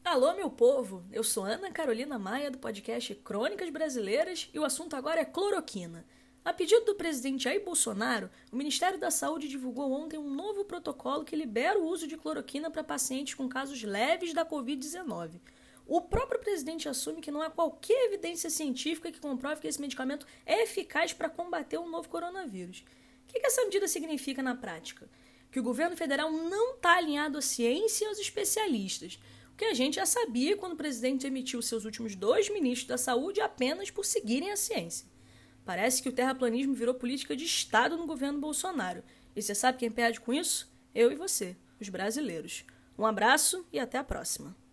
Alô, meu povo! Eu sou Ana Carolina Maia, do podcast Crônicas Brasileiras, e o assunto agora é cloroquina. A pedido do presidente Jair Bolsonaro, o Ministério da Saúde divulgou ontem um novo protocolo que libera o uso de cloroquina para pacientes com casos leves da Covid-19. O próprio presidente assume que não há qualquer evidência científica que comprove que esse medicamento é eficaz para combater o novo coronavírus. O que essa medida significa na prática? Que o governo federal não está alinhado à ciência e aos especialistas, o que a gente já sabia quando o presidente demitiu seus últimos 2 ministros da saúde apenas por seguirem a ciência. Parece que o terraplanismo virou política de Estado no governo Bolsonaro. E você sabe quem perde com isso? Eu e você, os brasileiros. Um abraço e até a próxima.